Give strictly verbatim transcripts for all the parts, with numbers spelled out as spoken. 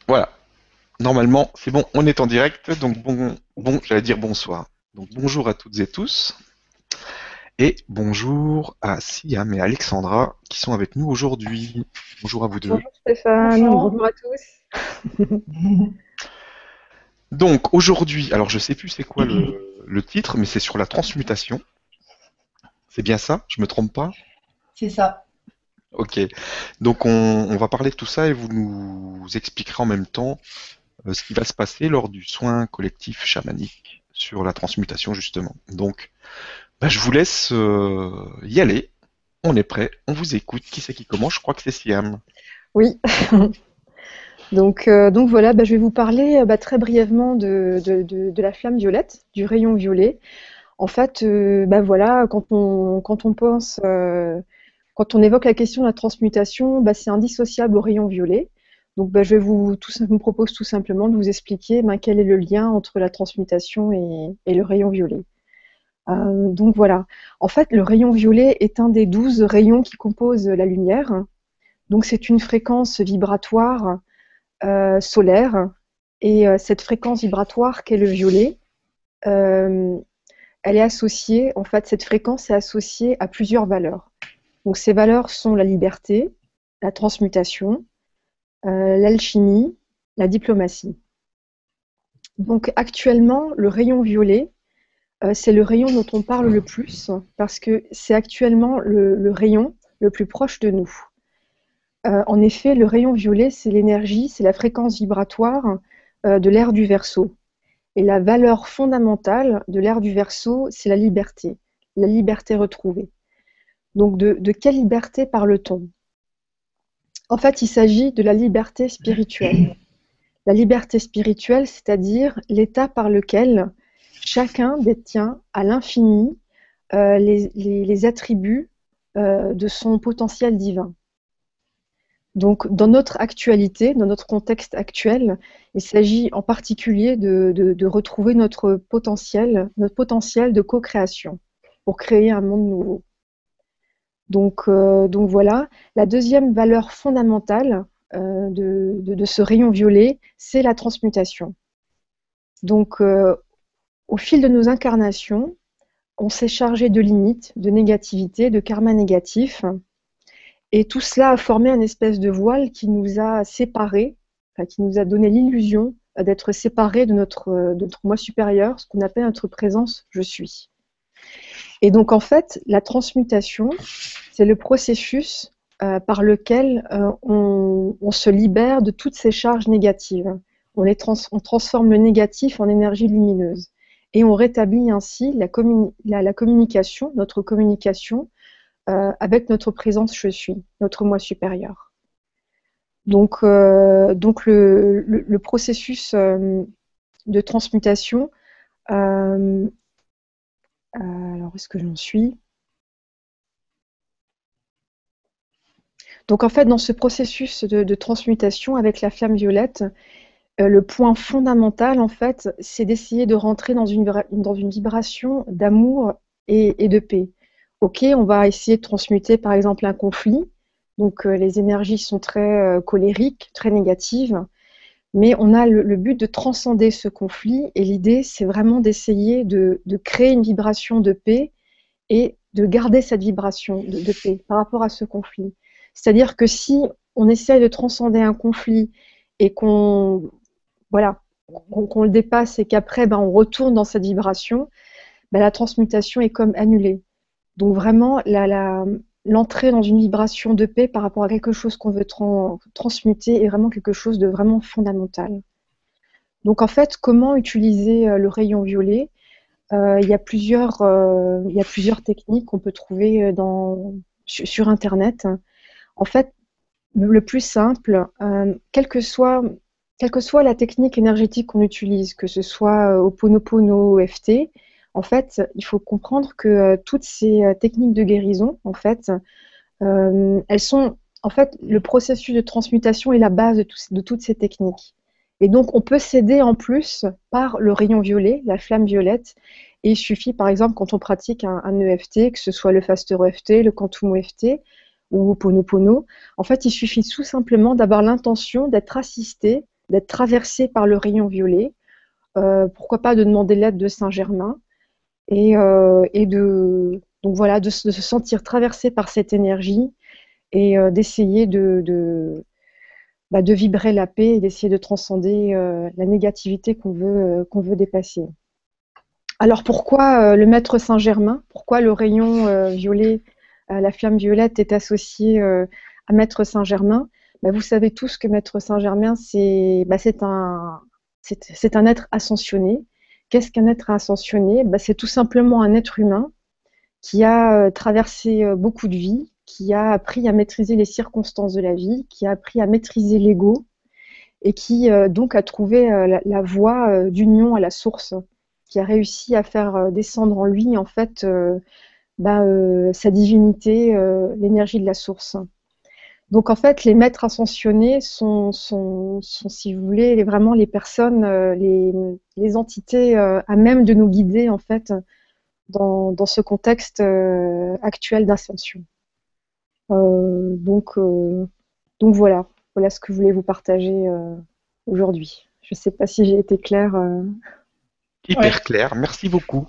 Voilà, normalement, c'est bon, on est en direct, donc bon, bon, j'allais dire bonsoir. Donc bonjour à toutes et tous, et bonjour à Siam et Alexandra qui sont avec nous aujourd'hui. Bonjour à vous deux. Bonjour Stéphane, Bonjour. bonjour à tous. Donc aujourd'hui, alors je sais plus c'est quoi le, le titre, mais c'est sur la transmutation. C'est bien ça? Je me trompe pas? C'est ça. Ok. Donc on, on va parler de tout ça et vous nous expliquerez en même temps euh, ce qui va se passer lors du soin collectif chamanique sur la transmutation justement. Donc bah, je vous laisse euh, y aller. On est prêt, on vous écoute. Qui c'est qui commence? Je crois que c'est Siam. Oui, donc, euh, donc voilà, bah, je vais vous parler euh, bah, très brièvement de, de, de- de la flamme violette, du rayon violet. En fait, euh, bah, voilà, quand on, quand on pense, euh, quand on évoque la question de la transmutation, bah, c'est indissociable au rayon violet. Donc bah, je vais vous, tout, sim- je vous propose tout simplement de vous expliquer bah, quel est le lien entre la transmutation et, et le rayon violet. Euh, donc voilà, en fait, le rayon violet est un des douze rayons qui composent la lumière. Donc c'est une fréquence vibratoire euh, solaire. Et euh, cette fréquence vibratoire qu'est le violet, euh, elle est associée, en fait, cette fréquence est associée à plusieurs valeurs. Donc ces valeurs sont la liberté, la transmutation, euh, l'alchimie, la diplomatie. Donc actuellement, le rayon violet, euh, c'est le rayon dont on parle le plus parce que c'est actuellement le, le rayon le plus proche de nous. Euh, en effet, le rayon violet, c'est l'énergie, c'est la fréquence vibratoire euh, de l'ère du Verseau. Et la valeur fondamentale de l'ère du Verseau, c'est la liberté, la liberté retrouvée. Donc, de, de quelle liberté parle-t-on? En fait, il s'agit de la liberté spirituelle. La liberté spirituelle, c'est-à-dire l'état par lequel chacun détient à l'infini euh, les, les, les attributs euh, de son potentiel divin. Donc, dans notre actualité, dans notre contexte actuel, il s'agit en particulier de, de, de retrouver notre potentiel, notre potentiel de co-création pour créer un monde nouveau. Donc, euh, donc voilà. La deuxième valeur fondamentale euh, de, de, de ce rayon violet, c'est la transmutation. Donc, euh, au fil de nos incarnations, on s'est chargé de limites, de négativité, de karma négatif. Et tout cela a formé un espèce de voile qui nous a séparés, enfin, qui nous a donné l'illusion d'être séparés de notre, de notre moi supérieur, ce qu'on appelle notre présence je suis. Et donc en fait, la transmutation, c'est le processus euh, par lequel euh, on, on se libère de toutes ces charges négatives. On, les trans on transforme le négatif en énergie lumineuse. Et on rétablit ainsi la, communi la, la communication, notre communication, euh, avec notre présence je suis, notre moi supérieur. Donc, euh, donc le, le, le processus euh, de transmutation, euh, euh, alors est-ce que j'en suis? Donc en fait, dans ce processus de, de transmutation avec la flamme violette, euh, le point fondamental, en fait, c'est d'essayer de rentrer dans une, dans une vibration d'amour et, et de paix. Ok, on va essayer de transmuter par exemple un conflit. Donc euh, les énergies sont très euh, colériques, très négatives, mais on a le, le but de transcender ce conflit et l'idée c'est vraiment d'essayer de, de créer une vibration de paix et de garder cette vibration de, de paix par rapport à ce conflit. C'est-à-dire que si on essaie de transcender un conflit et qu'on voilà, qu'on qu'on le dépasse et qu'après ben, on retourne dans cette vibration, ben, la transmutation est comme annulée. Donc vraiment, la, la, l'entrée dans une vibration de paix par rapport à quelque chose qu'on veut tran- transmuter est vraiment quelque chose de vraiment fondamental. Donc en fait, comment utiliser euh, le rayon violet? Euh, il y a plusieurs, euh, il y a plusieurs techniques qu'on peut trouver euh, dans, sur, sur Internet. En fait, le le plus simple, euh, quelle que soit, quelle que soit la technique énergétique qu'on utilise, que ce soit euh, Ho'oponopono ou E F T, en fait, il faut comprendre que euh, toutes ces euh, techniques de guérison, en fait, euh, elles sont, en fait, le processus de transmutation est la base de, tout- de toutes ces techniques. Et donc, on peut s'aider en plus par le rayon violet, la flamme violette. Et il suffit, par exemple, quand on pratique un, un E F T, que ce soit le Faster E F T, le Quantum E F T ou Ho'oponopono, en fait, il suffit tout simplement d'avoir l'intention d'être assisté d'être traversé par le rayon violet. Euh, pourquoi pas de demander l'aide de Saint-Germain et, euh, et de, donc voilà, de, se de se sentir traversé par cette énergie et euh, d'essayer de, de, bah, de vibrer la paix et d'essayer de transcender euh, la négativité qu'on veut, euh, qu'on veut dépasser. Alors pourquoi euh, le maître Saint-Germain? Pourquoi le rayon euh, violet, euh, la flamme violette est associée euh, à maître Saint-Germain? Bah, vous savez tous que maître Saint-Germain, c'est bah, c'est un, c'est, c'est un être ascensionné. Qu'est-ce qu'un être ascensionné? Bah, c'est tout simplement un être humain qui a euh, traversé euh, beaucoup de vies, qui a appris à maîtriser les circonstances de la vie, qui a appris à maîtriser l'ego et qui euh, donc a trouvé euh, la, la voie euh, d'union à la source, qui a réussi à faire euh, descendre en lui en fait euh, bah, euh, sa divinité, euh, l'énergie de la source. Donc en fait, les maîtres ascensionnés sont, sont, sont si vous voulez, les, vraiment les personnes, euh, les, les entités euh, à même de nous guider en fait dans, dans ce contexte euh, actuel d'ascension. Euh, donc, euh, donc voilà, voilà ce que je voulais vous partager euh, aujourd'hui. Je ne sais pas si j'ai été claire. Euh... Hyper ouais. clair, merci beaucoup.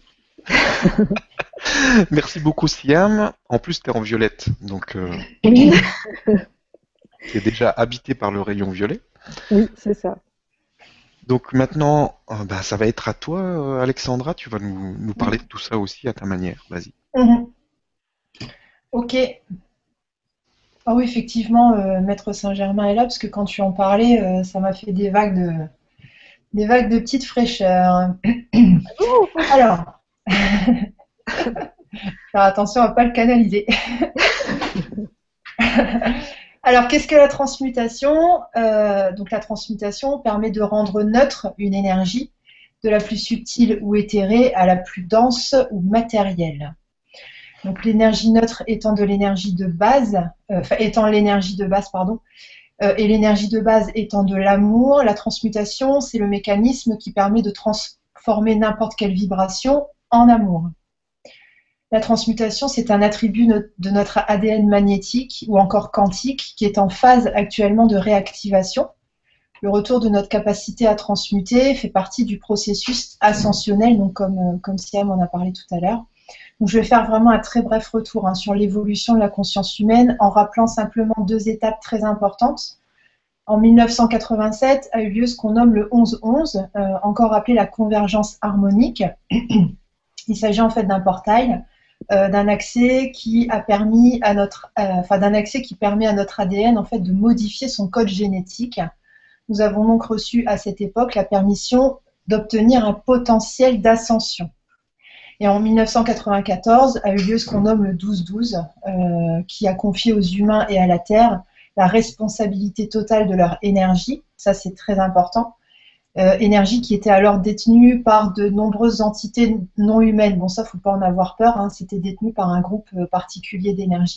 Merci beaucoup Siam. En plus, tu es en violette, donc euh, oui. tu es déjà habité par le rayon violet. Oui, c'est ça. Donc maintenant, euh, bah, ça va être à toi, euh, Alexandra. Tu vas nous, nous parler de tout ça aussi à ta manière. Vas-y. Mmh. Ok. Ah oui, effectivement, euh, Maître Saint-Germain est là, parce que quand tu en parlais, euh, ça m'a fait des vagues de, des vagues de petite fraîcheur. Alors, faire attention à ne pas le canaliser. Alors, qu'est-ce que la transmutation? euh, Donc, la transmutation permet de rendre neutre une énergie, de la plus subtile ou éthérée à la plus dense ou matérielle. Donc, l'énergie neutre étant de l'énergie de base, euh, enfin, étant l'énergie de base, pardon, euh, et l'énergie de base étant de l'amour, la transmutation, c'est le mécanisme qui permet de transformer n'importe quelle vibration en amour. La transmutation, c'est un attribut de notre A D N magnétique ou encore quantique qui est en phase actuellement de réactivation. Le retour de notre capacité à transmuter fait partie du processus ascensionnel, donc comme, comme Siam en a parlé tout à l'heure. Donc, je vais faire vraiment un très bref retour hein, sur l'évolution de la conscience humaine en rappelant simplement deux étapes très importantes. En mille neuf cent quatre-vingt-sept a eu lieu ce qu'on nomme le onze onze, euh, encore appelé la convergence harmonique. Il s'agit en fait d'un portail, euh, d'un accès qui a permis à notre, euh, enfin d'un accès qui permet à notre A D N en fait de modifier son code génétique. Nous avons donc reçu à cette époque la permission d'obtenir un potentiel d'ascension. Et en mille neuf cent quatre-vingt-quatorze a eu lieu ce qu'on nomme le douze douze, euh, qui a confié aux humains et à la Terre la responsabilité totale de leur énergie. Ça, c'est très important. Euh, énergie qui était alors détenue par de nombreuses entités non humaines. Bon, ça, il ne faut pas en avoir peur. Hein, c'était détenu par un groupe particulier d'énergie.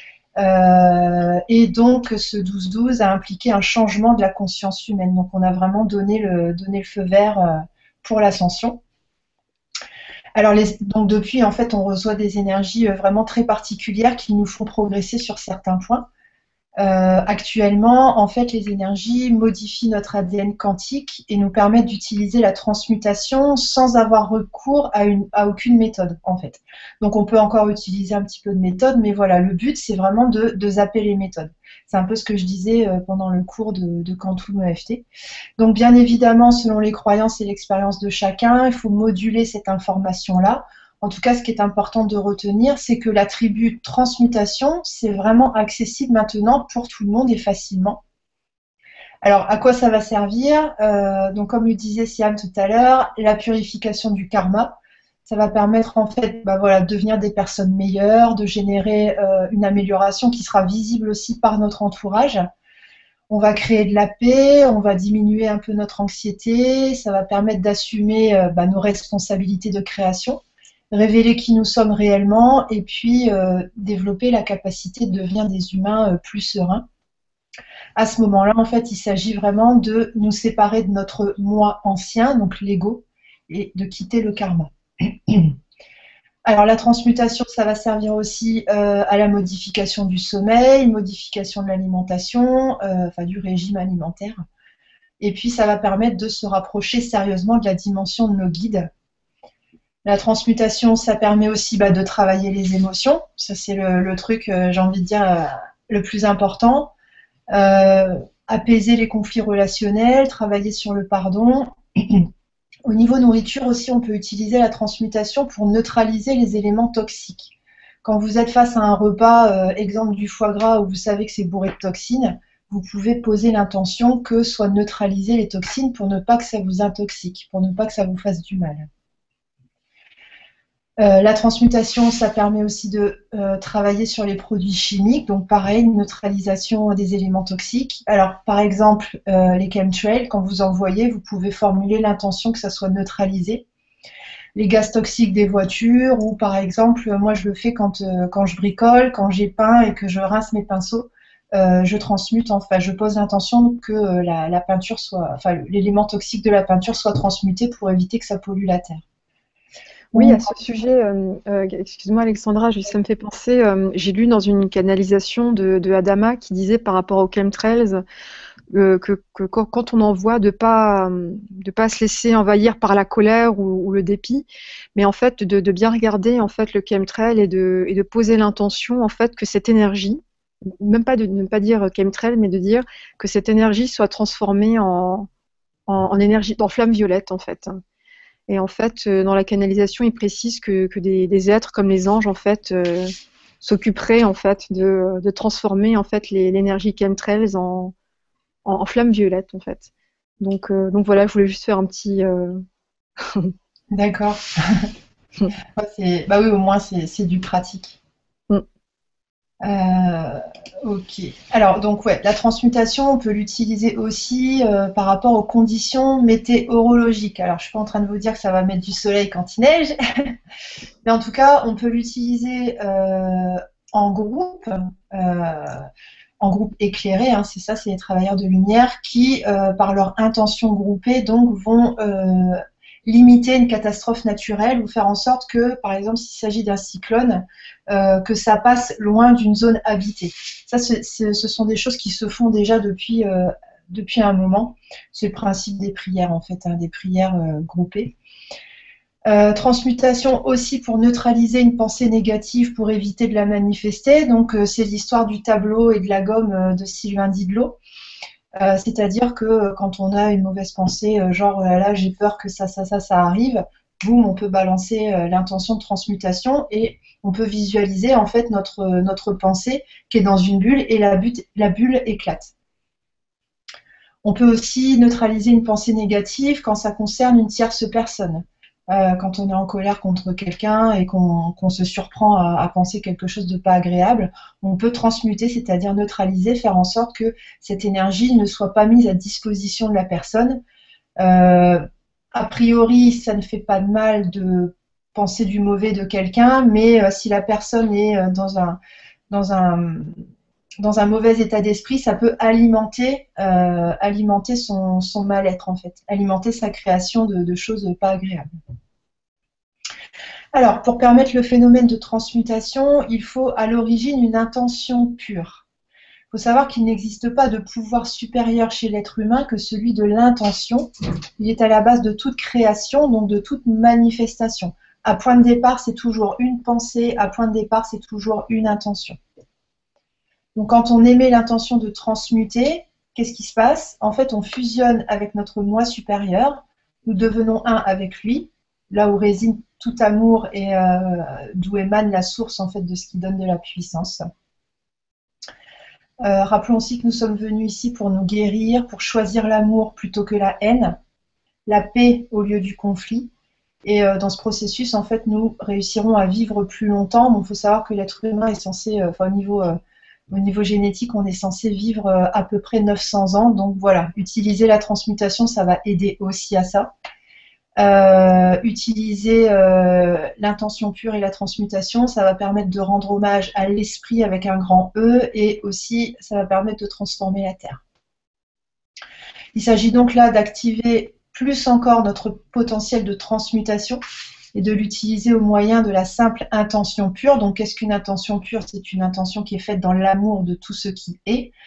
Euh, et donc, ce douze douze a impliqué un changement de la conscience humaine. Donc, on a vraiment donné le, donné le feu vert euh, pour l'ascension. Alors, les, donc depuis, en fait, on reçoit des énergies vraiment très particulières qui nous font progresser sur certains points. Euh, actuellement, en fait, les énergies modifient notre A D N quantique et nous permettent d'utiliser la transmutation sans avoir recours à, une, à aucune méthode, en fait. Donc, on peut encore utiliser un petit peu de méthode, mais voilà, le but, c'est vraiment de, de zapper les méthodes. C'est un peu ce que je disais euh, pendant le cours de, de Quantum E F T. Donc, bien évidemment, selon les croyances et l'expérience de chacun, il faut moduler cette information-là. En tout cas, ce qui est important de retenir, c'est que l'attribut transmutation, c'est vraiment accessible maintenant pour tout le monde et facilement. Alors, à quoi ça va servir? euh, Donc, comme le disait Siam tout à l'heure, la purification du karma, ça va permettre en fait, bah voilà, de devenir des personnes meilleures, de générer euh, une amélioration qui sera visible aussi par notre entourage. On va créer de la paix, on va diminuer un peu notre anxiété, ça va permettre d'assumer euh, bah, nos responsabilités de création, révéler qui nous sommes réellement et puis euh, développer la capacité de devenir des humains euh, plus sereins. À ce moment-là, en fait, il s'agit vraiment de nous séparer de notre moi ancien, donc l'ego, et de quitter le karma. Alors la transmutation, ça va servir aussi euh, à la modification du sommeil, modification de l'alimentation, euh, enfin du régime alimentaire. Et puis, ça va permettre de se rapprocher sérieusement de la dimension de nos guides. La transmutation, ça permet aussi bah, de travailler les émotions. Ça, c'est le, le truc, euh, j'ai envie de dire, euh, le plus important. Euh, apaiser les conflits relationnels, travailler sur le pardon. Au niveau nourriture aussi, on peut utiliser la transmutation pour neutraliser les éléments toxiques. Quand vous êtes face à un repas, euh, exemple du foie gras, où vous savez que c'est bourré de toxines, vous pouvez poser l'intention que soient neutralisées les toxines pour ne pas que ça vous intoxique, pour ne pas que ça vous fasse du mal. Euh, la transmutation, ça permet aussi de euh, travailler sur les produits chimiques, donc pareil, une neutralisation des éléments toxiques. Alors, par exemple, euh, les chemtrails, quand vous envoyez, vous pouvez formuler l'intention que ça soit neutralisé. Les gaz toxiques des voitures, ou par exemple, moi je le fais quand, euh, quand je bricole, quand j'ai peint et que je rince mes pinceaux, euh, je transmute, enfin, je pose l'intention que euh, la, la peinture soit, enfin, l'élément toxique de la peinture soit transmuté pour éviter que ça pollue la terre. Oui, à ce sujet, euh, euh, excuse-moi Alexandra, juste, ça me fait penser, euh, j'ai lu dans une canalisation de, de Adama qui disait par rapport aux chemtrails euh, que, que quand, quand on envoie, de ne pas, euh, de pas se laisser envahir par la colère ou, ou le dépit, mais en fait de, de bien regarder en fait le chemtrail et de, et de poser l'intention en fait que cette énergie, même pas de ne pas dire chemtrail, mais de dire que cette énergie soit transformée en, en, en énergie, en flamme violette en fait. Et en fait, euh, dans la canalisation, il précise que, que des, des êtres comme les anges, en fait, euh, s'occuperaient en fait de, de transformer en fait les- l'énergie chemtrails en, en, en flamme violette, en fait. Donc, euh, donc voilà, je voulais juste faire un petit. euh, D'accord. Ouais, c'est- bah oui, au moins, c'est c'est du pratique. Mm. Euh, ok. Alors, donc, ouais, la transmutation, on peut l'utiliser aussi euh, par rapport aux conditions météorologiques. Alors, je suis pas en train de vous dire que ça va mettre du soleil quand il neige, mais en tout cas, on peut l'utiliser euh, en groupe, euh, en groupe éclairé, hein, c'est ça, c'est les travailleurs de lumière qui, euh, par leur intention groupée, donc vont euh, limiter une catastrophe naturelle ou faire en sorte que, par exemple, s'il s'agit d'un cyclone, euh, que ça passe loin d'une zone habitée. Ça, c'est- c'est- ce sont des choses qui se font déjà depuis, euh, depuis un moment. C'est le principe des prières, en fait, hein, des prières euh, groupées. Euh, transmutation aussi pour neutraliser une pensée négative pour éviter de la manifester. Donc, euh, c'est l'histoire du tableau et de la gomme euh, de Sylvain Didlot. Euh, c'est-à-dire que euh, quand on a une mauvaise pensée, euh, genre, oh là là, j'ai peur que ça, ça, ça, ça arrive, boum, on peut balancer euh, l'intention de transmutation et on peut visualiser en fait notre, notre pensée qui est dans une bulle et la, but- la bulle éclate. On peut aussi neutraliser une pensée négative quand ça concerne une tierce personne. Euh, quand on est en colère contre quelqu'un et qu'on qu'on se surprend à, à penser quelque chose de pas agréable, on peut transmuter, c'est-à-dire neutraliser, faire en sorte que cette énergie ne soit pas mise à disposition de la personne. Euh, a priori, ça ne fait pas de mal de penser du mauvais de quelqu'un, mais euh, si la personne est euh, dans un, dans un, dans un mauvais état d'esprit, ça peut alimenter, euh, alimenter son, son mal-être, en fait, alimenter sa création de, de choses pas agréables. Alors, pour permettre le phénomène de transmutation, il faut à l'origine une intention pure. Il faut savoir qu'il n'existe pas de pouvoir supérieur chez l'être humain que celui de l'intention. Il est à la base de toute création, donc de toute manifestation. À point de départ, c'est toujours une pensée, à point de départ, c'est toujours une intention. Donc, quand on émet l'intention de transmuter, qu'est-ce qui se passe? En fait, on fusionne avec notre moi supérieur, nous devenons un avec lui, là où réside tout amour et euh, d'où émane la source en fait de ce qui donne de la puissance. Euh, rappelons aussi que nous sommes venus ici pour nous guérir, pour choisir l'amour plutôt que la haine, la paix au lieu du conflit. Et euh, dans ce processus, en fait, nous réussirons à vivre plus longtemps. Bon, il faut savoir que l'être humain est censé, euh, enfin, au niveau, euh, au niveau génétique, on est censé vivre euh, à peu près neuf cents ans. Donc voilà, utiliser la transmutation, ça va aider aussi à ça. Euh, utiliser euh, l'intention pure et la transmutation, ça va permettre de rendre hommage à l'esprit avec un grand E et aussi ça va permettre de transformer la Terre. Il s'agit donc là d'activer plus encore notre potentiel de transmutation et de l'utiliser au moyen de la simple intention pure. Donc qu'est-ce qu'une intention pure? C'est une intention qui est faite dans l'amour de tout ce qui est.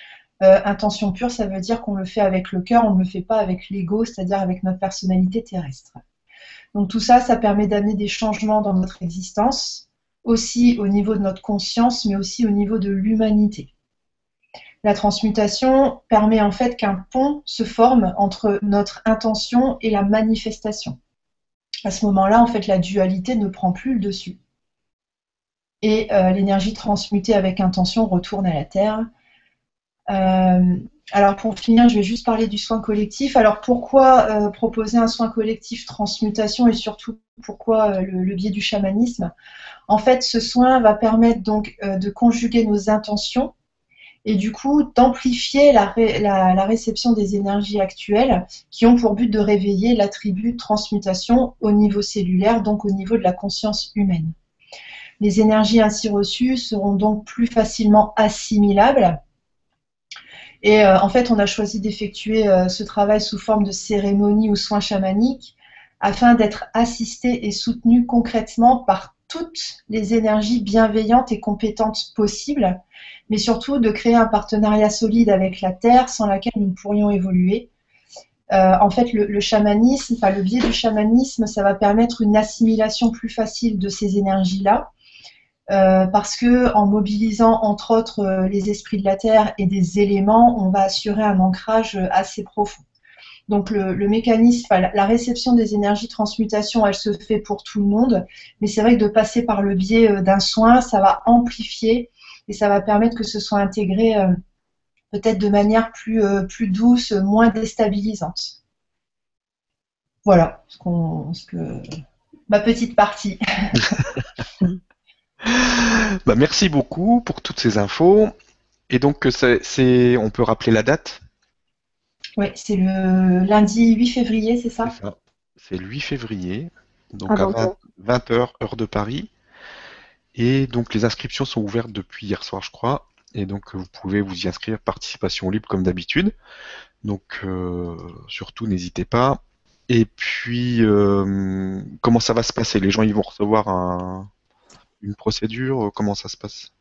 Euh, intention pure, ça veut dire qu'on le fait avec le cœur, on ne le fait pas avec l'ego, c'est-à-dire avec notre personnalité terrestre. Donc tout ça, ça permet d'amener des changements dans notre existence, aussi au niveau de notre conscience, mais aussi au niveau de l'humanité. La transmutation permet en fait qu'un pont se forme entre notre intention et la manifestation. À ce moment-là, en fait, la dualité ne prend plus le dessus. Et euh, l'énergie transmutée avec intention retourne à la Terre. Euh, alors pour finir, je vais juste parler du soin collectif. Alors pourquoi euh, proposer un soin collectif transmutation et surtout pourquoi euh, le, le biais du chamanisme? En fait, ce soin va permettre donc euh, de conjuguer nos intentions et du coup d'amplifier la, ré, la, la réception des énergies actuelles qui ont pour but de réveiller l'attribut transmutation au niveau cellulaire, donc au niveau de la conscience humaine. Les énergies ainsi reçues seront donc plus facilement assimilables. Et euh, en fait, on a choisi d'effectuer euh, ce travail sous forme de cérémonie ou soins chamaniques afin d'être assisté et soutenu concrètement par toutes les énergies bienveillantes et compétentes possibles, mais surtout de créer un partenariat solide avec la Terre sans laquelle nous ne pourrions évoluer. Euh, en fait, le, le chamanisme, enfin le biais du chamanisme, ça va permettre une assimilation plus facile de ces énergies-là, euh, parce que en mobilisant entre autres euh, les esprits de la Terre et des éléments, on va assurer un ancrage assez profond. Donc le, le mécanisme, enfin, la, la réception des énergies transmutation, elle se fait pour tout le monde, mais c'est vrai que de passer par le biais euh, d'un soin, ça va amplifier et ça va permettre que ce soit intégré euh, peut-être de manière plus, euh, plus douce, moins déstabilisante. Voilà ce qu'on, ce que, ma petite partie. Bah, merci beaucoup pour toutes ces infos. Et donc, c'est, c'est- on peut rappeler la date? Oui, c'est le lundi huit février, c'est ça? C'est ça. C'est le huit février, À donc à vingt heures. vingt heures, heure de Paris. Et donc, les inscriptions sont ouvertes depuis hier soir, je crois. Et donc, vous pouvez vous y inscrire, participation libre comme d'habitude. Donc, euh, surtout, n'hésitez pas. Et puis, euh, comment ça va se passer? Les gens, ils vont recevoir un- une procédure? Comment ça se passe?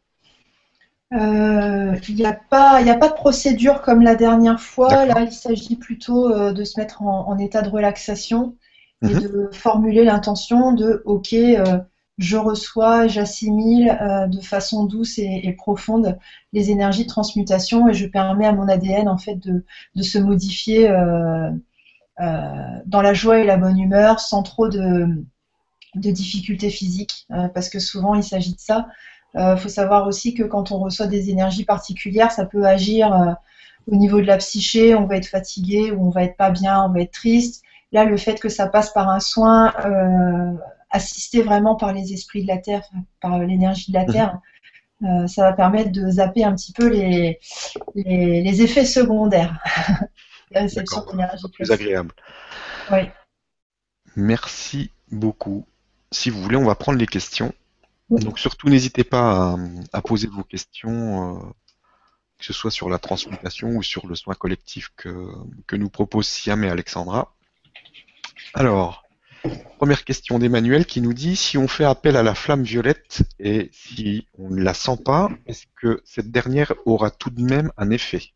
Euh, Il n'y a pas, il n'y a pas de procédure comme la dernière fois. D'accord. Là, il s'agit plutôt euh, de se mettre en, en état de relaxation et Mhm. de formuler l'intention de OK, euh, je reçois, j'assimile euh, de façon douce et, et profonde les énergies de transmutation et je permets à mon A D N en fait de, de se modifier euh, euh, dans la joie et la bonne humeur sans trop de, de difficultés physiques euh, parce que souvent il s'agit de ça. Il euh, faut savoir aussi que quand on reçoit des énergies particulières, ça peut agir euh, au niveau de la psyché, on va être fatigué, ou on va être pas bien, on va être triste. Là, le fait que ça passe par un soin euh, assisté vraiment par les esprits de la Terre, par l'énergie de la Mhm. Terre, euh, ça va permettre de zapper un petit peu les, les, les effets secondaires de la réception D'accord, voilà, ce sera d'énergie plus classique. agréable. Oui. Merci beaucoup. Si vous voulez, on va prendre les questions. Oui. Donc surtout, n'hésitez pas à, à poser vos questions, euh, que ce soit sur la transmutation ou sur le soin collectif que, que nous propose Siam et Alexandra. Alors, première question d'Emmanuel qui nous dit si on fait appel à la flamme violette et si on ne la sent pas, est-ce que cette dernière aura tout de même un effet?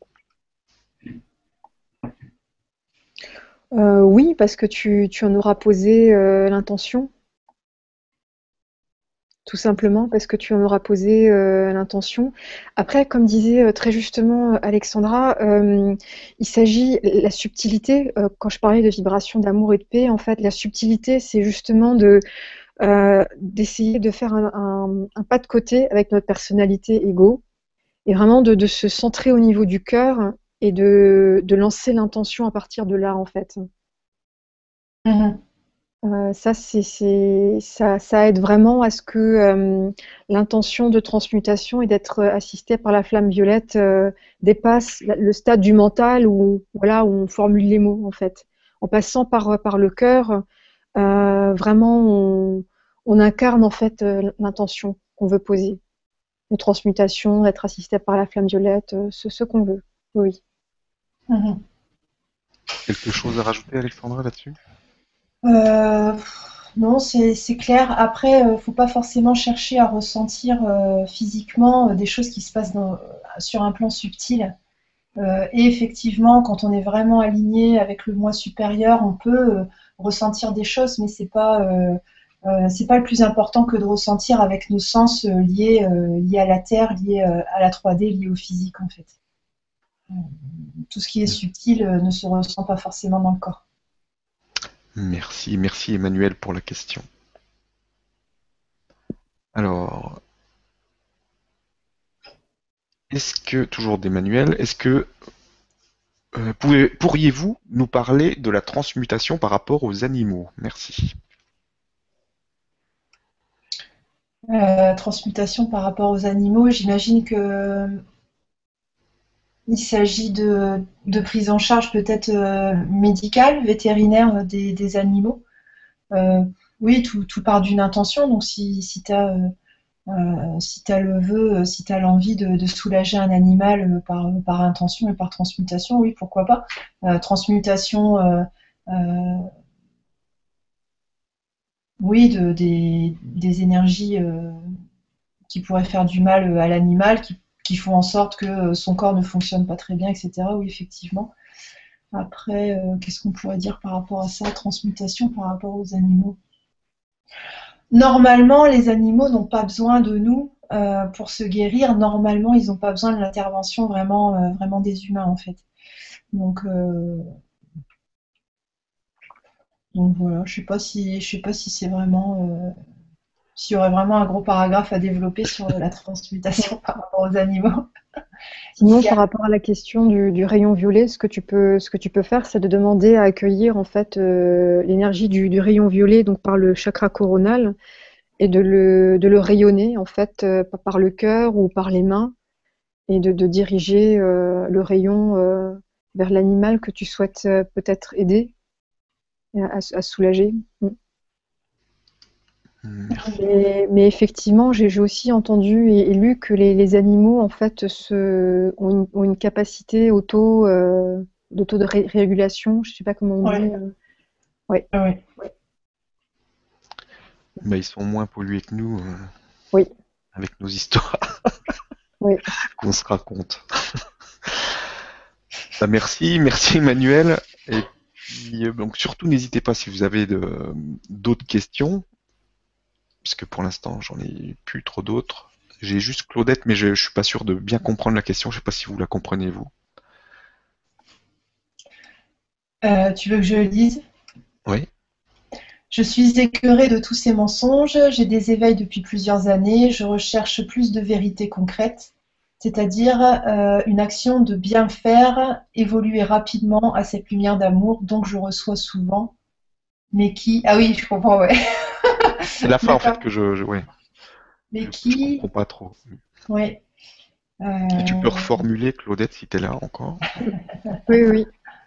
Euh, oui, parce que tu, tu en auras posé euh, l'intention, tout simplement parce que tu en auras posé euh, l'intention. Après, comme disait euh, très justement euh, Alexandra, euh, il s'agit, la subtilité, euh, quand je parlais de vibration d'amour et de paix, en fait, la subtilité, c'est justement de euh, d'essayer de faire un, un- un pas de côté avec notre personnalité égo et vraiment de, de se centrer au niveau du cœur et de, de lancer l'intention à partir de là, en fait. Mhm. Euh, ça, c'est, c'est- ça, ça aide vraiment à ce que euh, l'intention de transmutation et d'être assisté par la flamme violette euh, dépasse la- le stade du mental où, voilà, où on formule les mots, en fait. En passant par, par le cœur, euh, vraiment, on, on incarne en fait euh, l'intention qu'on veut poser. De transmutation, d'être assisté par la flamme violette, euh, ce, ce qu'on veut. Oui. Mhm. Quelque chose à rajouter, Alexandra, là-dessus? Euh, non, c'est c'est clair. Après, euh, faut pas forcément chercher à ressentir euh, physiquement euh, des choses qui se passent dans- sur un plan subtil. Euh, et effectivement, quand on est vraiment aligné avec le moi supérieur, on peut euh, ressentir des choses, mais c'est pas euh, euh, c'est pas le plus important que de ressentir avec nos sens euh, liés euh, liés à la Terre, liés euh, à la trois D, liés au physique en fait. Euh, Tout ce qui est subtil euh, ne se ressent pas forcément dans le corps. Merci, merci Emmanuel pour la question. Alors, est-ce que, toujours d'Emmanuel, est-ce que euh, pouvez- pourriez-vous nous parler de la transmutation par rapport aux animaux? Merci. Euh, transmutation par rapport aux animaux, j'imagine que euh, il s'agit de, de prise en charge peut-être euh, médicale, vétérinaire euh, des, des animaux. Euh, oui, tout, tout part d'une intention. Donc, si, si tu as euh, euh, si t'as le vœu, euh, si tu as l'envie de, de soulager un animal euh, par, par intention et par transmutation, oui, pourquoi pas. Euh, transmutation, euh, euh, oui, de, des, des énergies euh, qui pourraient faire du mal euh, à l'animal, qui, qui font en sorte que euh, son corps ne fonctionne pas très bien, et cetera. Oui, effectivement. Après, euh, qu'est-ce qu'on pourrait dire par rapport à ça, transmutation par rapport aux animaux? Normalement, les animaux n'ont pas besoin de nous euh, pour se guérir. Normalement, ils n'ont pas besoin de l'intervention vraiment, euh, vraiment des humains, en fait. Donc, euh, donc voilà, je sais pas si, je sais pas si c'est vraiment, euh, s'il y aurait vraiment un gros paragraphe à développer sur la transmutation par rapport aux animaux. Sinon, par rapport à la question du, du rayon violet, ce que tu peux, ce que tu peux faire, c'est de demander à accueillir en fait euh, l'énergie du, du rayon violet, donc par le chakra coronal, et de le, de le rayonner en fait euh, par le cœur ou par les mains, et de, de diriger euh, le rayon euh, vers l'animal que tu souhaites euh, peut-être aider à, à soulager. Merci. Mais, mais effectivement, j'ai j'ai aussi entendu et, et lu que les, les animaux en fait se, ont, une, ont une capacité auto, euh, d'auto de ré- régulation. Je ne sais pas comment on dit. Ouais, euh. Ouais, ouais. Mais ils sont moins pollués que nous euh, oui, avec nos histoires oui. qu'on se raconte. Bah, merci, merci Emmanuel. Et puis, euh, donc surtout n'hésitez pas si vous avez de- d'autres questions, parce que pour l'instant j'en ai plus trop d'autres. J'ai juste Claudette, mais je, je suis pas sûr de bien comprendre la question. Je sais pas si vous la comprenez vous. Euh, tu veux que je le dise? Oui. Je suis écœurée de tous ces mensonges, j'ai des éveils depuis plusieurs années, je recherche plus de vérité concrète, c'est-à-dire euh, une action de bien faire, évoluer rapidement à cette lumière d'amour dont je reçois souvent, mais qui... Ah oui, je comprends, ouais. C'est la fin en fait D'accord. que je, je ouais, Mais je, je qui... comprends pas trop. Ouais. Et tu peux Euh, reformuler Claudette si t'es là encore. Oui, oui.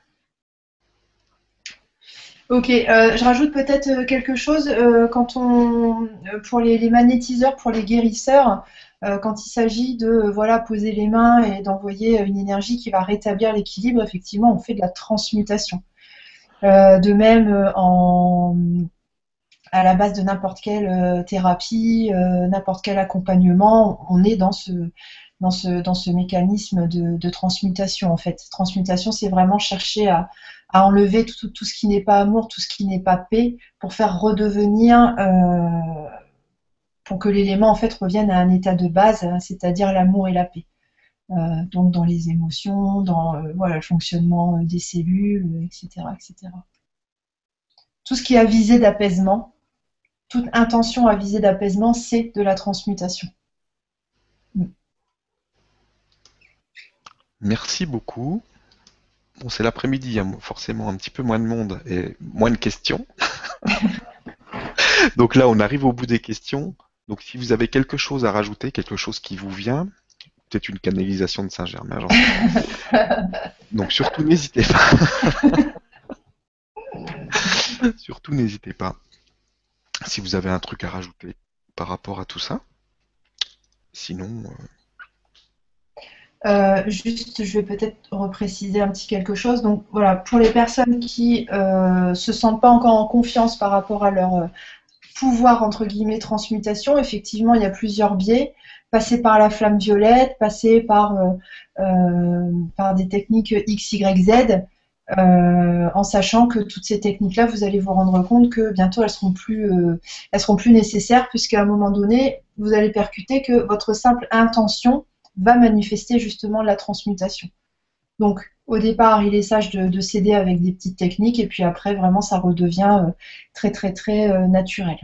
Ok, euh, je rajoute peut-être euh, quelque chose euh, quand on euh, pour les, les magnétiseurs, pour les guérisseurs, euh, quand il s'agit de euh, voilà poser les mains et d'envoyer une énergie qui va rétablir l'équilibre, effectivement, on fait de la transmutation. Euh, de même, euh, en, à la base de n'importe quelle euh, thérapie, euh, n'importe quel accompagnement, on est dans ce dans ce dans ce mécanisme de, de transmutation en fait. Transmutation, c'est vraiment chercher à à enlever tout, tout, tout ce qui n'est pas amour, tout ce qui n'est pas paix, pour faire redevenir, euh, pour que l'élément en fait revienne à un état de base, hein, c'est-à-dire l'amour et la paix. Euh, donc dans les émotions, dans euh, voilà, le fonctionnement des cellules, et cetera, et cetera. Tout ce qui a visé d'apaisement, toute intention à visée d'apaisement, c'est de la transmutation. Merci beaucoup. Bon, c'est l'après-midi, il y a forcément un petit peu moins de monde et moins de questions. Donc là, on arrive au bout des questions. Donc si vous avez quelque chose à rajouter, quelque chose qui vous vient, peut-être une canalisation de Saint-Germain, j'en sais rien. Donc surtout n'hésitez pas. Surtout n'hésitez pas. Si vous avez un truc à rajouter par rapport à tout ça. Sinon, euh, Euh, juste, je vais peut-être repréciser un petit quelque chose. Donc voilà, pour les personnes qui euh, se sentent pas encore en confiance par rapport à leur euh, pouvoir entre guillemets transmutation, effectivement, il y a plusieurs biais. passer par la flamme violette, passer par, euh, euh, par des techniques X, Y, Z, euh, en sachant que toutes ces techniques-là, vous allez vous rendre compte que bientôt elles seront plus, euh, elles seront plus nécessaires, puisqu'à un moment donné, vous allez percuter que votre simple intention va manifester justement la transmutation. Donc, au départ, il est sage de, de s'aider avec des petites techniques, et puis après, vraiment, ça redevient euh, très, très, très euh, naturel.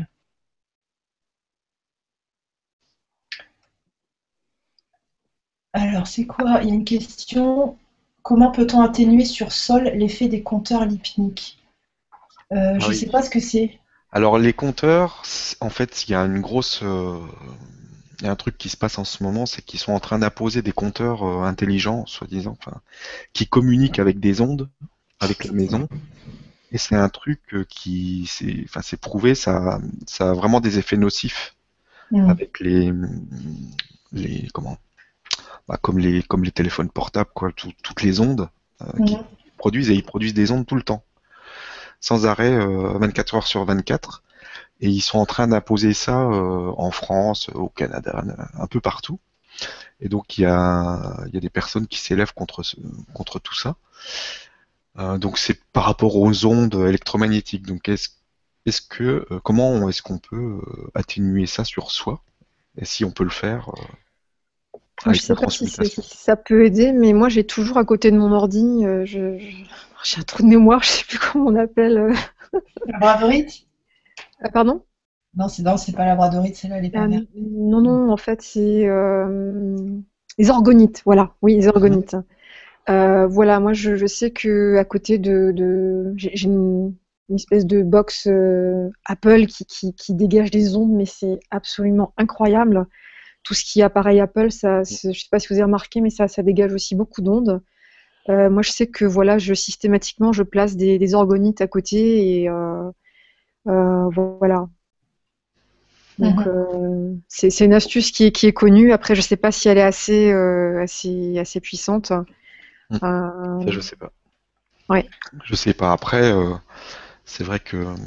Alors, c'est quoi? Il y a une question. Comment peut-on atténuer sur sol l'effet des compteurs lipniques? euh, Ah Je ne sais oui. pas ce que c'est. Alors les compteurs, c- en fait, il y a une grosse, euh, il y a un truc qui se passe en ce moment, c'est qu'ils sont en train d'imposer des compteurs euh, intelligents, soi-disant, enfin, qui communiquent avec des ondes, avec la maison. Et c'est un truc euh, qui, c'est, enfin, c'est prouvé, ça, ça a vraiment des effets nocifs Hmm. avec les, les, comment, bah, comme les, comme les téléphones portables, quoi, tout- toutes les ondes euh, qui Mhm. produisent et ils produisent des ondes tout le temps, sans arrêt, euh, vingt-quatre heures sur vingt-quatre. Et ils sont en train d'imposer ça euh, en France, au Canada, un peu partout. Et donc il y a, il y a des personnes qui s'élèvent contre, ce- contre tout ça. Euh, donc c'est par rapport aux ondes électromagnétiques. Donc est-ce, est-ce que, euh, comment est-ce qu'on peut euh, atténuer ça sur soi? Et si on peut le faire euh, Moi, je avec la sais pas si, c'est- transmutation? si ça peut aider, mais moi, j'ai toujours à côté de mon ordi, euh, je, je- j'ai un trou de mémoire, je sais plus comment on appelle. euh. La bradorite? Ah, pardon? Non, c'est non, c'est pas la bradorite, celle-là, elle est Ah, pervers. non, non, en fait, c'est euh, les orgonites. Voilà, oui, les Mhm. orgonites. Euh, voilà, moi, je, je sais que à côté de, de j'ai j'ai une, une espèce de box euh, Apple qui, qui, qui dégage des ondes, mais c'est absolument incroyable. Tout ce qui est appareil Apple, ça, c'est- je sais pas si vous avez remarqué, mais ça, ça dégage aussi beaucoup d'ondes. Euh, moi, je sais que voilà, je systématiquement, je place des, des orgonites à côté et euh, euh, voilà. Donc, Mhm. euh, c'est c'est une astuce qui est, qui est connue. Après, je sais pas si elle est assez, euh, assez, assez puissante. Mhm. Ça Euh, je sais pas. ouais. Je sais pas. Après, euh, c'est vrai que euh,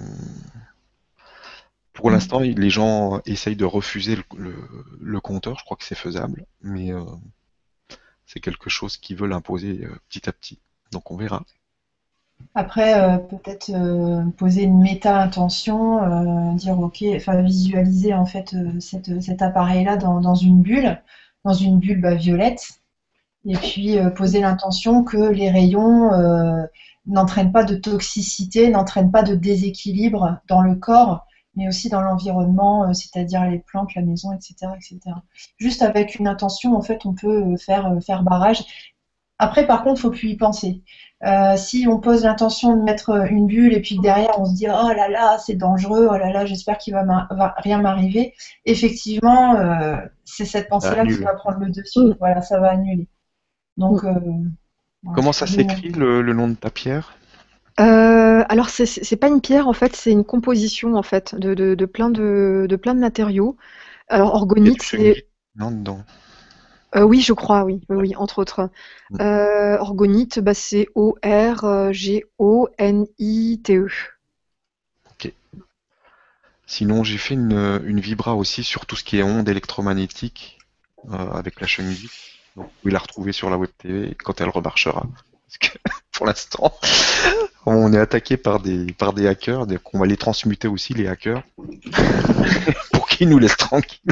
pour l'instant, les gens essayent de refuser le, le- le compteur. Je crois que c'est faisable, mais euh, c'est quelque chose qu'ils veulent imposer euh, petit à petit. Donc on verra. Après, euh, peut-être euh, poser une méta-intention, euh, dire OK, enfin visualiser en fait euh, cette- cet appareil-là dans, dans une bulle, dans une bulle bah, violette, et puis euh, poser l'intention que les rayons euh, n'entraînent pas de toxicité, n'entraînent pas de déséquilibre dans le corps, mais aussi dans l'environnement, euh, c'est-à-dire les plantes, la maison, et cetera, et cetera. Juste avec une intention, en fait, on peut euh, faire, euh, faire barrage. Après, par contre, il faut plus y penser. Euh, si on pose l'intention de mettre euh, une bulle et puis que derrière on se dit oh là là c'est dangereux, oh là là j'espère qu'il va, m'a- va rien m'arriver, effectivement euh, c'est cette Ça pensée-là qui annule. va prendre le dessus. Mm, Voilà, ça va annuler. Donc mm. euh, voilà. Comment ça Nous, s'écrit le, le nom de ta pierre? Euh, alors, c'est c'est- c'est pas une pierre, en fait, c'est une composition, en fait, de, de, de plein de, de plein de matériaux. Alors, Il y a du orgonite, c'est. fungi? Non, dedans. Euh, oui, je crois, oui, oui, Ouais. oui, entre autres. Mm. Euh, orgonite, bah, c'est O R G O N I T E. Ok. Sinon, j'ai fait une, une vibra aussi sur tout ce qui est ondes électromagnétiques euh, avec la chenille. Donc, vous pouvez la retrouver sur la web T V quand elle remarchera. Parce que pour l'instant, on est attaqué par des, par des hackers, donc on va les transmuter aussi, les hackers, pour qu'ils nous laissent tranquilles.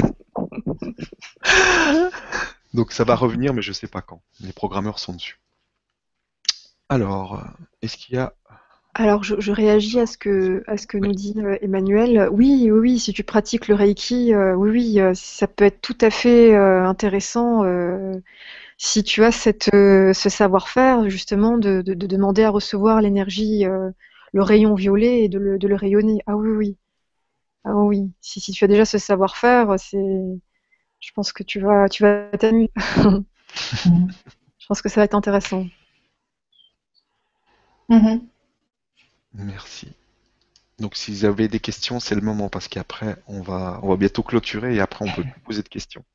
Donc ça va revenir, mais je sais pas quand. Les programmeurs sont dessus. Alors, euh, est-ce qu'il y a... Alors, je, je réagis à ce que, à ce que Oui. nous dit euh, Emmanuel. Oui, oui, oui, si tu pratiques le Reiki, euh, oui, oui, euh, ça peut être tout à fait euh, intéressant euh, si tu as cette, euh, ce savoir-faire, justement, de, de- de demander à recevoir l'énergie, euh, le rayon violet et de le, de le rayonner. Ah oui, oui, ah oui, oui. Si, si tu as déjà ce savoir-faire, c'est, je pense que tu vas, tu vas t'amuser. Mhm. Je pense que ça va être intéressant. Mhm. Merci. Donc si vous avez des questions, c'est le moment, parce qu'après, on va, on va bientôt clôturer et après, on peut plus poser de questions.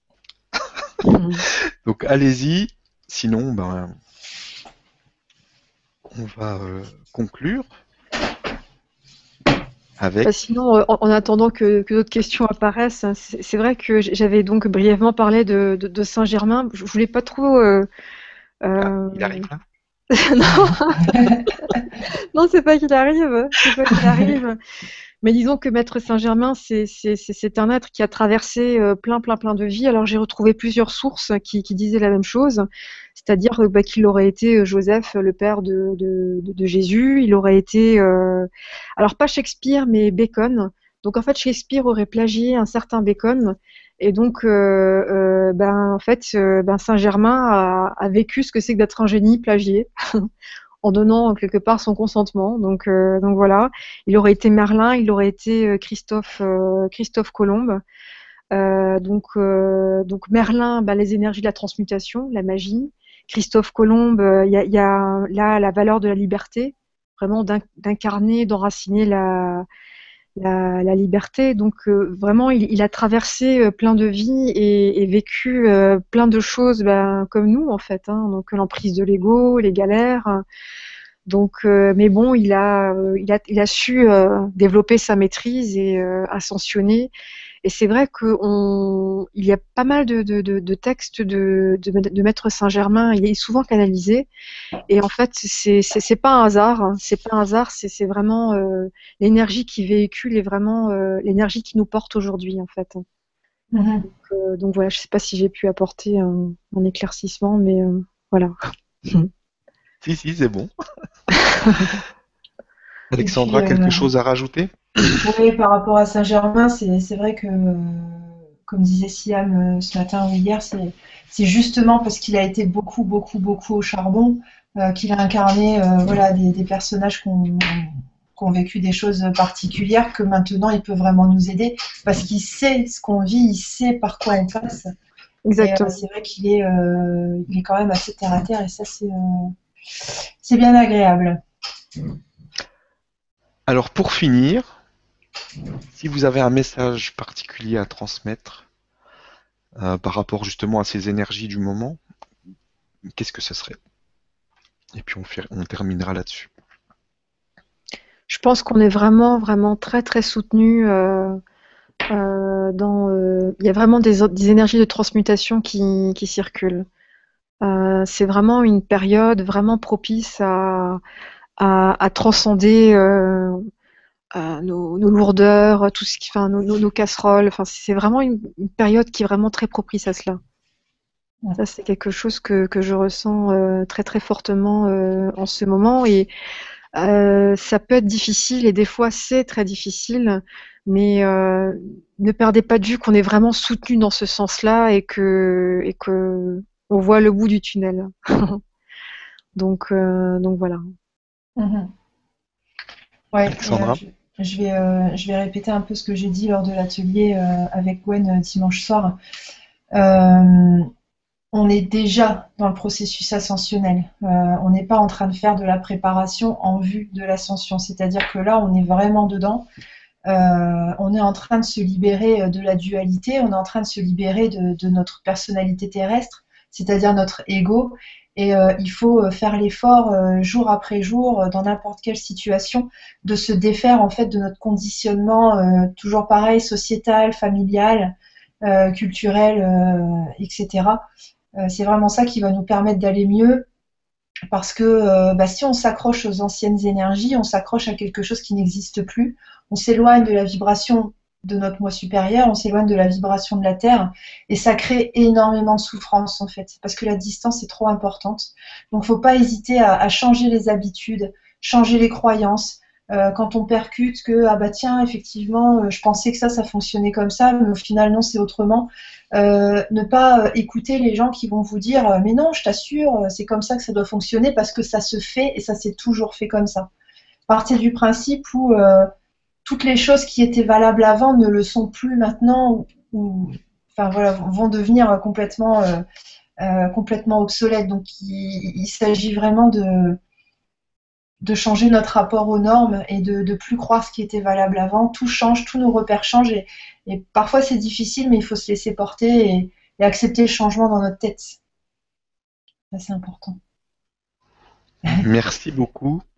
Donc allez-y, sinon, ben, on va euh, conclure. Bah, avec... sinon, euh, en, en attendant que, que d'autres questions apparaissent, hein, c'est c'est vrai que j- j'avais donc brièvement parlé de, de, de Saint-Germain. Je voulais pas trop. euh, Ah, euh, il arrive là? Non, non, c'est pas qu'il arrive, c'est pas qu'il arrive. Mais disons que Maître Saint-Germain, c'est c'est- c'est- c'est un être qui a traversé euh, plein, plein, plein de vies. Alors j'ai retrouvé plusieurs sources qui, qui disaient la même chose, c'est-à-dire euh, bah, qu'il aurait été euh, Joseph, le père de, de, de- de Jésus. Il aurait été, euh, alors pas Shakespeare, mais Bacon. Donc en fait, Shakespeare aurait plagié un certain Bacon. Et donc, euh, euh, ben, en fait, euh, ben, Saint-Germain a, a vécu ce que c'est que d'être un génie plagié en donnant quelque part son consentement. Donc, euh, donc voilà, il aurait été Merlin, il aurait été euh, Christophe, euh, Christophe Colomb. Euh, donc, euh, donc Merlin, bah, les énergies de la transmutation, la magie. Christophe Colomb, euh, il y, a, y a là la valeur de la liberté, vraiment d'in- d'incarner, d'enraciner la, la, la liberté. Donc euh, vraiment, il, il a traversé euh, plein de vies et, et vécu euh, plein de choses ben, comme nous en fait. Hein. Donc l'emprise de l'ego, les galères. Donc, euh, mais bon, il a, euh, il a, il a su euh, développer sa maîtrise et euh, ascensionner. Et c'est vrai qu'il y a pas mal de, de, de, de textes de, de, de Maître Saint-Germain. Il est souvent canalisé. Et en fait, c'est c'est c'est pas un hasard. Hein. C'est pas un hasard. C'est c'est vraiment euh, l'énergie qui véhicule et vraiment euh, l'énergie qui nous porte aujourd'hui, en fait. Mhm. Euh, donc voilà, je sais pas si j'ai pu apporter un, un éclaircissement, mais euh, voilà. Si, si, c'est bon. Et puis, Alexandra, quelque euh, chose à rajouter? oui, par rapport à Saint-Germain, c'est c'est vrai que, euh, comme disait Siam euh, ce matin ou hier, c'est c'est justement parce qu'il a été beaucoup, beaucoup, beaucoup au charbon euh, qu'il a incarné euh, voilà, des, des personnages qui ont, qui ont vécu des choses particulières que maintenant il peut vraiment nous aider parce qu'il sait ce qu'on vit, il sait par quoi on passe. Et euh, Exactement. c'est vrai qu'il est, euh, il est quand même assez terre à terre et ça, c'est euh, c'est bien agréable. Alors pour finir, si vous avez un message particulier à transmettre euh, par rapport justement à ces énergies du moment, qu'est-ce que ce serait? Et puis on, fait- on terminera là-dessus. Je pense qu'on est vraiment, vraiment très, très soutenu. Euh, euh, dans, euh, il y a vraiment des, des énergies de transmutation qui, qui circulent. Euh, c'est vraiment une période vraiment propice à, à, à transcender euh, euh, nos, nos lourdeurs, tout ce qui, enfin, nos, nos, nos casseroles. Enfin, c'est vraiment une, une période qui est vraiment très propice à cela. Ça, c'est quelque chose que, que je ressens euh, très très fortement euh, en ce moment et euh, ça peut être difficile et des fois c'est très difficile, mais euh, ne perdez pas de vue qu'on est vraiment soutenu dans ce sens-là et que et que on voit le bout du tunnel. Donc euh, donc voilà. Mhm. Ouais, et euh, Alexandra? je, je vais, euh, je vais répéter un peu ce que j'ai dit lors de l'atelier euh, avec Gwen euh, dimanche soir. Euh, on est déjà dans le processus ascensionnel. Euh, on n'est pas en train de faire de la préparation en vue de l'ascension. C'est-à-dire que là, on est vraiment dedans. Euh, on est en train de se libérer euh, de la dualité, on est en train de se libérer de, de notre personnalité terrestre, c'est-à-dire notre ego. Et euh, il faut euh, faire l'effort euh, jour après jour, euh, dans n'importe quelle situation, de se défaire en fait de notre conditionnement, euh, toujours pareil, sociétal, familial, euh, culturel, euh, et cetera. Euh, c'est vraiment ça qui va nous permettre d'aller mieux, parce que euh, bah, si on s'accroche aux anciennes énergies, on s'accroche à quelque chose qui n'existe plus, on s'éloigne de la vibration de notre moi supérieur, on s'éloigne de la vibration de la Terre, et ça crée énormément de souffrance en fait, parce que la distance est trop importante. Donc il ne faut pas hésiter à, à changer les habitudes, changer les croyances. Euh, quand on percute que ah bah tiens effectivement euh, je pensais que ça ça fonctionnait comme ça mais au final non c'est autrement. Euh, ne pas euh, écouter les gens qui vont vous dire euh, mais non je t'assure euh, c'est comme ça que ça doit fonctionner parce que ça se fait et ça s'est toujours fait comme ça. Partez du principe où euh, toutes les choses qui étaient valables avant ne le sont plus maintenant ou, ou enfin voilà vont devenir complètement euh, euh, complètement obsolètes. Donc il, il s'agit vraiment de de changer notre rapport aux normes et de ne plus croire ce qui était valable avant. Tout change, tous nos repères changent et, et parfois c'est difficile, mais il faut se laisser porter et, et accepter le changement dans notre tête. Ça, c'est important. Merci beaucoup.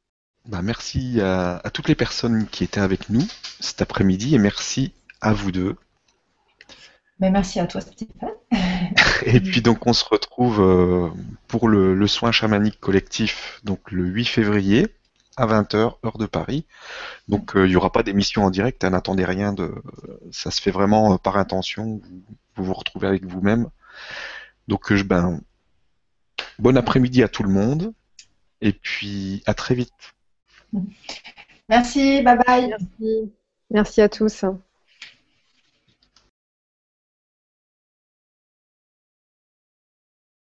Bah, merci à, à toutes les personnes qui étaient avec nous cet après-midi et merci à vous deux. Ben, merci à toi, Stéphane. Et puis donc on se retrouve euh, pour le, le soin chamanique collectif donc le huit février à vingt heures heure de Paris. Donc euh, il n'y aura pas d'émission en direct, hein, n'attendez rien de ça se fait vraiment euh, par intention, vous vous, vous retrouvez avec vous-même. Donc euh, je- ben bon après-midi à tout le monde et puis à très vite. Merci, bye bye. Merci. Merci à tous.